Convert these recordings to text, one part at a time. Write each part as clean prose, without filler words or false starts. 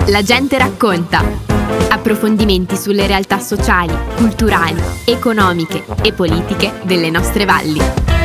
La gente racconta. Approfondimenti sulle realtà sociali, culturali, economiche e politiche delle nostre valli.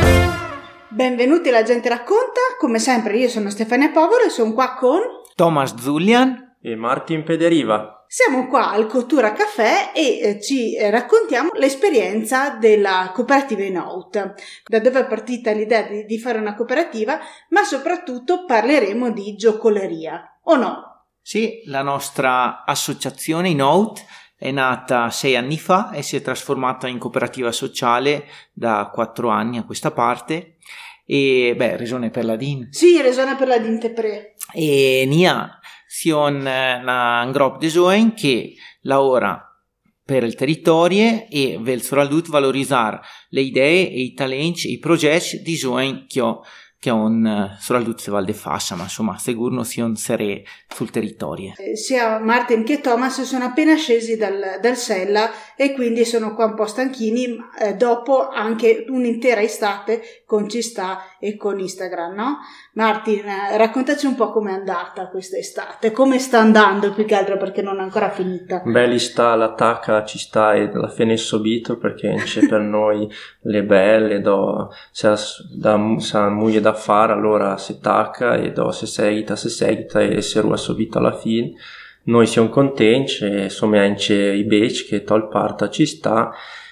Benvenuti alla gente racconta, come sempre io sono Stefania Povolo e sono qua con Thomas Zulian e Martin Pederiva. Siamo qua al Cottura Caffè e ci raccontiamo l'esperienza della cooperativa Inout, da dove è partita l'idea di fare una cooperativa, ma soprattutto parleremo di giocoleria, o no? Sì, la nostra associazione Inout è nata 6 anni fa e si è trasformata in cooperativa sociale da 4 anni a questa parte. E Regione per la DIN. Sì, Regione per la DIN Tepre. E Nia sion un gruppo di giovani che lavora per il territorio e vuol soprattutto valorizzare le idee e i talenti e i progetti di giovani che hanno soprattutto Val de Fascia, ma insomma sicuro non sion sere sul territorio. Sia Martin che Thomas sono appena scesi dal Sella e quindi sono qua un po' stanchini dopo anche un'intera estate con Ci sta e con Instagram, no? Martin, raccontaci un po' com'è andata questa estate, come sta andando più che altro perché non è ancora finita. Lì sta l'attacca, ci sta e la fine subito perché c'è per noi le belle, sa moglie da fare, allora si tacca e se seguita e si rua subito alla fine. Noi siamo contenti, insomma anche i bec che tol parta ci sta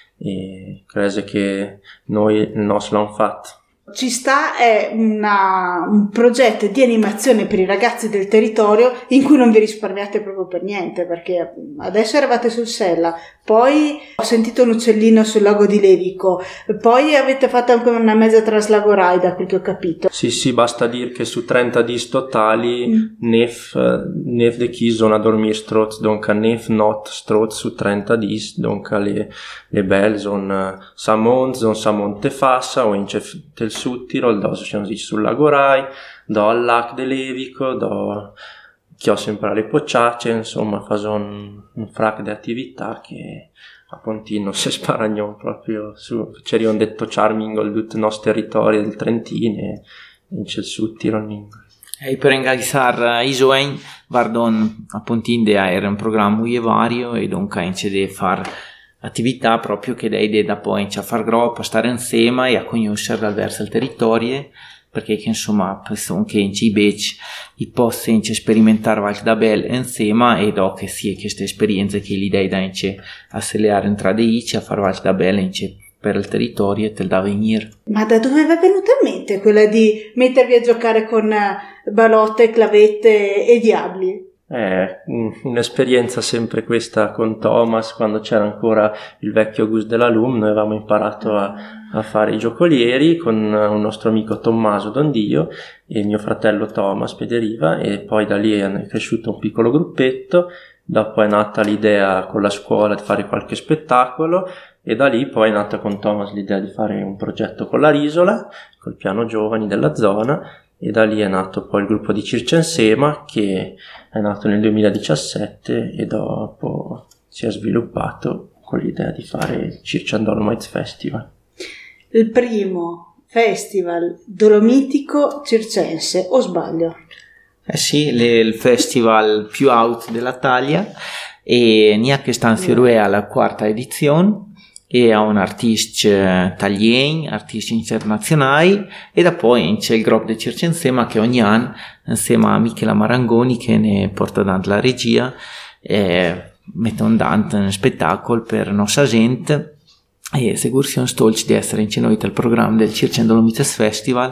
e credo che noi il nostro l'abbiamo fatto. Ci sta è un progetto di animazione per i ragazzi del territorio in cui non vi risparmiate proprio per niente, perché adesso eravate sul Sella, poi ho sentito un uccellino sul lago di Levico, poi avete fatto anche una mezza traslagorai da quel che ho capito. Sì, basta dire che su 30 dis totali nef de chi sono a dormire stroz, donc nef not stroz su 30 dis, donc le belle sono Samon te Fassa o in tel Suttirol, do sul lago Rai, do al lac de Levico, do che ho sempre le pocciacce, insomma fa un frac di attività che a Pontino si sparagno proprio su, c'era un detto charming al tutto il nostro territorio del Trentino e in c'è il Suttirol. E per ingaggiare i giovani, Vardon a Pontino era un programma molto vario e dunque c'è di fare attività proprio che dai da poi a far gruppo, a stare insieme e a conoscere dal verso il territorio, perché insomma penso che in bec i possono sperimentare qualche da bel insieme e do che sia queste esperienze che l'idea da accelerare entrare a fare qualche da bel per il territorio e te da venire. Ma da dove vi è venuta in mente quella di mettervi a giocare con balotte, clavette e diabli? Un'esperienza sempre questa con Thomas, quando c'era ancora il vecchio Gus dell'Alum, noi avevamo imparato a fare i giocolieri con un nostro amico Tommaso Dondio e il mio fratello Thomas Pederiva, e poi da lì è cresciuto un piccolo gruppetto. Dopo è nata l'idea con la scuola di fare qualche spettacolo e da lì poi è nata con Thomas l'idea di fare un progetto con la Risola, col piano giovani della zona, e da lì è nato poi il gruppo di Circensema che è nato nel 2017 e dopo si è sviluppato con l'idea di fare il Circen Dolomites Festival. Il primo festival dolomitico circense, o sbaglio? Sì, il festival più out della Taglia e neanche stanno alla 4ª edizione e a un artista italiano, artisti internazionali e da poi c'è il gruppo di Circensema che ogni anno insieme a Michela Marangoni che ne porta dante la regia mettono dante un spettacolo per nostra gente e sicuro siamo stolti di essere incenuiti al programma del Circen Dolomites Festival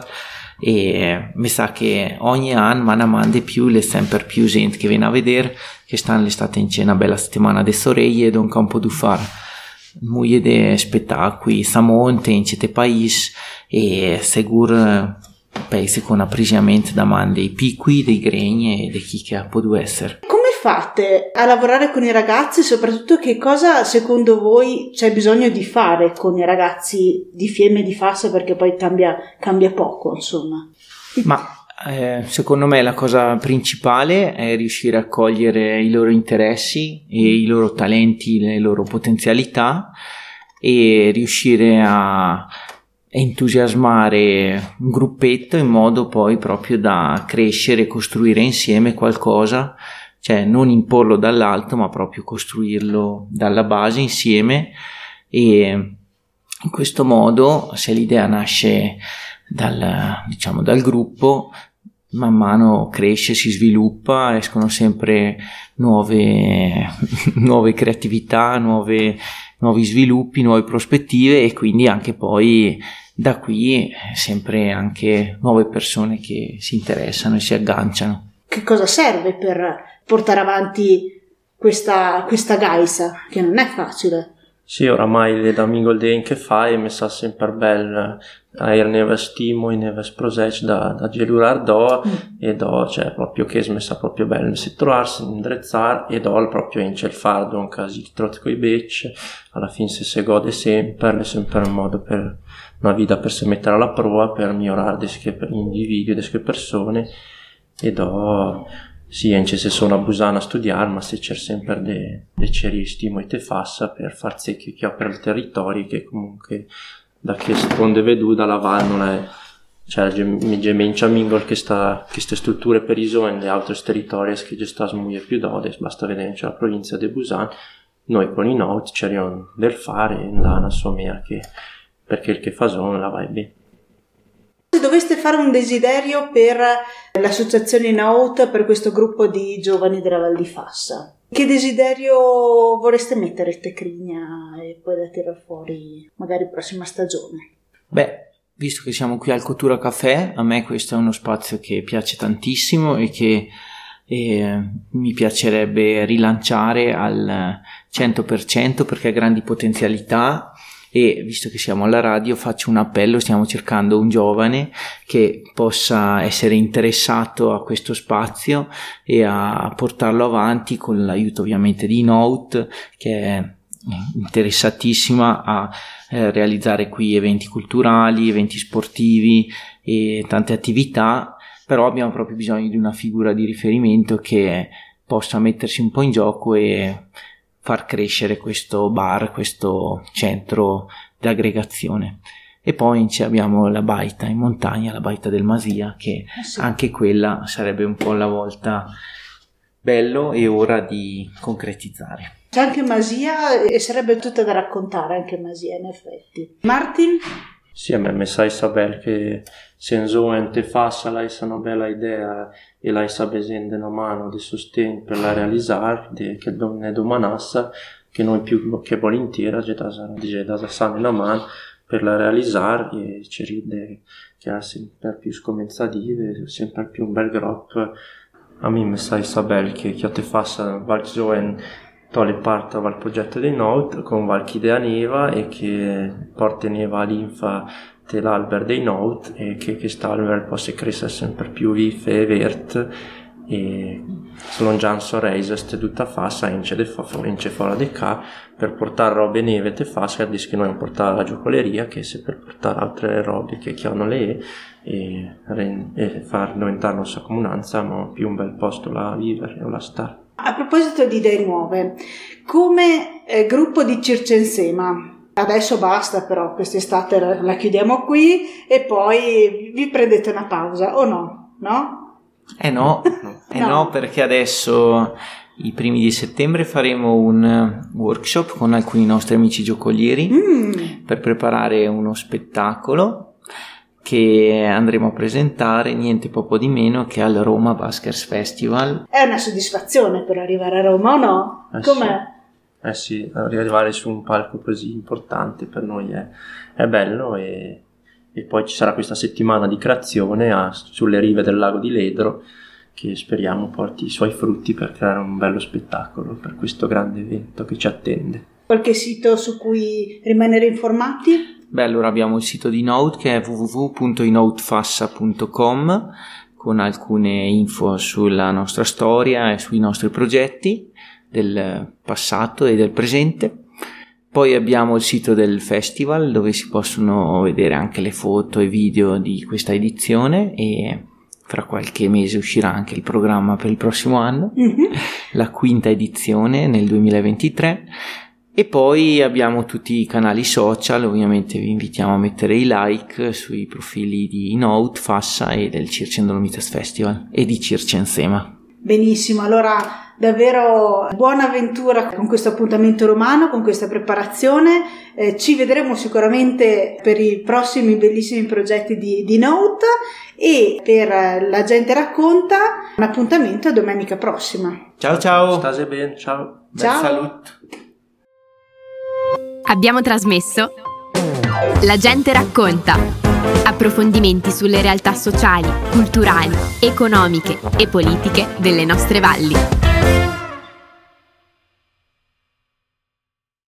e mi sa che ogni anno man mano di più le sempre più gente che viene a vedere che stanno l'estate in cena bella settimana di sorelle e dunque un po' di fare molti di spettacoli samonte in certi paesi e sicuro paesi con apprezzamento da man dei piccoli, dei gregni e di chi che può essere. Come fate a lavorare con i ragazzi? Soprattutto che cosa secondo voi c'è bisogno di fare con i ragazzi di Fiemme e di Fassa, perché poi cambia poco insomma. Ma secondo me la cosa principale è riuscire a cogliere i loro interessi e i loro talenti, le loro potenzialità e riuscire a entusiasmare un gruppetto in modo poi proprio da crescere e costruire insieme qualcosa cioè non imporlo dall'alto ma proprio costruirlo dalla base insieme, e in questo modo, se l'idea nasce dal gruppo, man mano cresce, si sviluppa, escono sempre nuove creatività, nuovi sviluppi, nuove prospettive, e quindi anche poi da qui sempre anche nuove persone che si interessano e si agganciano. Che cosa serve per portare avanti questa gaisa, che non è facile? Sì, oramai le Amigo Day che fai mi sa sempre bello, neve stimo e neve sprosec da gelurar e cioè proprio che mi sa proprio bello si trovarsi, indrezzare e proprio in il fardo un caso trot coi becci, alla fine se gode sempre, è sempre un modo per una vita per se mettere alla prova, per migliorare per gli individui, delle persone, e sì, anche se sono a Busana a studiare, ma se c'è sempre de ceristimo e te fassa per far sì che per il territorio, che comunque da che sponde veduta la vannola cioè mi gemencia mingol che queste strutture per iso e le altre territori che già sta smuie più d'ode, basta vedere la provincia di Busan, noi con i Nout c'eriamo del fare e andare a somea perché il che fa sono la vai bene. Se doveste fare un desiderio per l'associazione Nout, per questo gruppo di giovani della Val di Fassa, che desiderio vorreste mettere Tecrigna e poi da tirare fuori magari prossima stagione? Beh, visto che siamo qui al Cottura Café, a me questo è uno spazio che piace tantissimo e che mi piacerebbe rilanciare al 100% perché ha grandi potenzialità. E visto che siamo alla radio faccio un appello, stiamo cercando un giovane che possa essere interessato a questo spazio e a portarlo avanti con l'aiuto ovviamente di Nout, che è interessatissima a realizzare qui eventi culturali, eventi sportivi e tante attività, però abbiamo proprio bisogno di una figura di riferimento che possa mettersi un po' in gioco e far crescere questo bar, questo centro di aggregazione. E poi abbiamo la baita in montagna, la baita del Masia, che anche quella sarebbe un po' alla volta bello e ora di concretizzare. C'è anche Masia e sarebbe tutta da raccontare anche Masia in effetti. Martin? Sì, a me sai saber che senso ente fassa lei sa una bella idea e lei sa besende una mano di sostegno per la realizzare, che ne domanassa, che noi più che volentieri da sanno una mano per la realizzare, e ci ride che ha sempre più scomenzative, sempre più un bel gruppo. A me mi sai saber che te fassa valzoen tole parte dal progetto dei Nout con qualche idea neva e che porta neva all'infa dell'alber dei Nout e che quest'alber possa crescere sempre più vivo e verde, e slongian sorresa ste tutta fassa ince fuori di qua per portare robe neve te fassa che noi portare la giocoleria, che se per portare altre robe che hanno le e far diventare nostra comunanza ma più un bel posto là a vivere o la stare. A proposito di idee nuove, come gruppo di Circensema, adesso basta però, quest'estate la chiudiamo qui e poi vi prendete una pausa, o no? No? No, perché adesso i primi di settembre faremo un workshop con alcuni nostri amici giocolieri per preparare uno spettacolo che andremo a presentare niente poco di meno che al Roma Baskers Festival. È una soddisfazione per arrivare a Roma, o no? Com'è? Sì, arrivare su un palco così importante per noi è bello, e poi ci sarà questa settimana di creazione sulle rive del lago di Ledro, che speriamo porti i suoi frutti per creare un bello spettacolo per questo grande evento che ci attende. Qualche sito su cui rimanere informati? Beh, allora abbiamo il sito di Nout che è www.inoutfassa.com con alcune info sulla nostra storia e sui nostri progetti del passato e del presente. Poi abbiamo il sito del festival dove si possono vedere anche le foto e video di questa edizione, e fra qualche mese uscirà anche il programma per il prossimo anno, la 5ª edizione nel 2023. E poi abbiamo tutti i canali social, ovviamente vi invitiamo a mettere i like sui profili di Nout, Fassa e del Circendolomites Festival e di Circensema. Benissimo, allora davvero buona avventura con questo appuntamento romano, con questa preparazione. Ci vedremo sicuramente per i prossimi bellissimi progetti di Note, e per La Gente Racconta un appuntamento a domenica prossima. Ciao ciao. State bene, ciao. Ciao. Salut. Abbiamo trasmesso La Gente Racconta. Approfondimenti sulle realtà sociali, culturali, economiche e politiche delle nostre valli.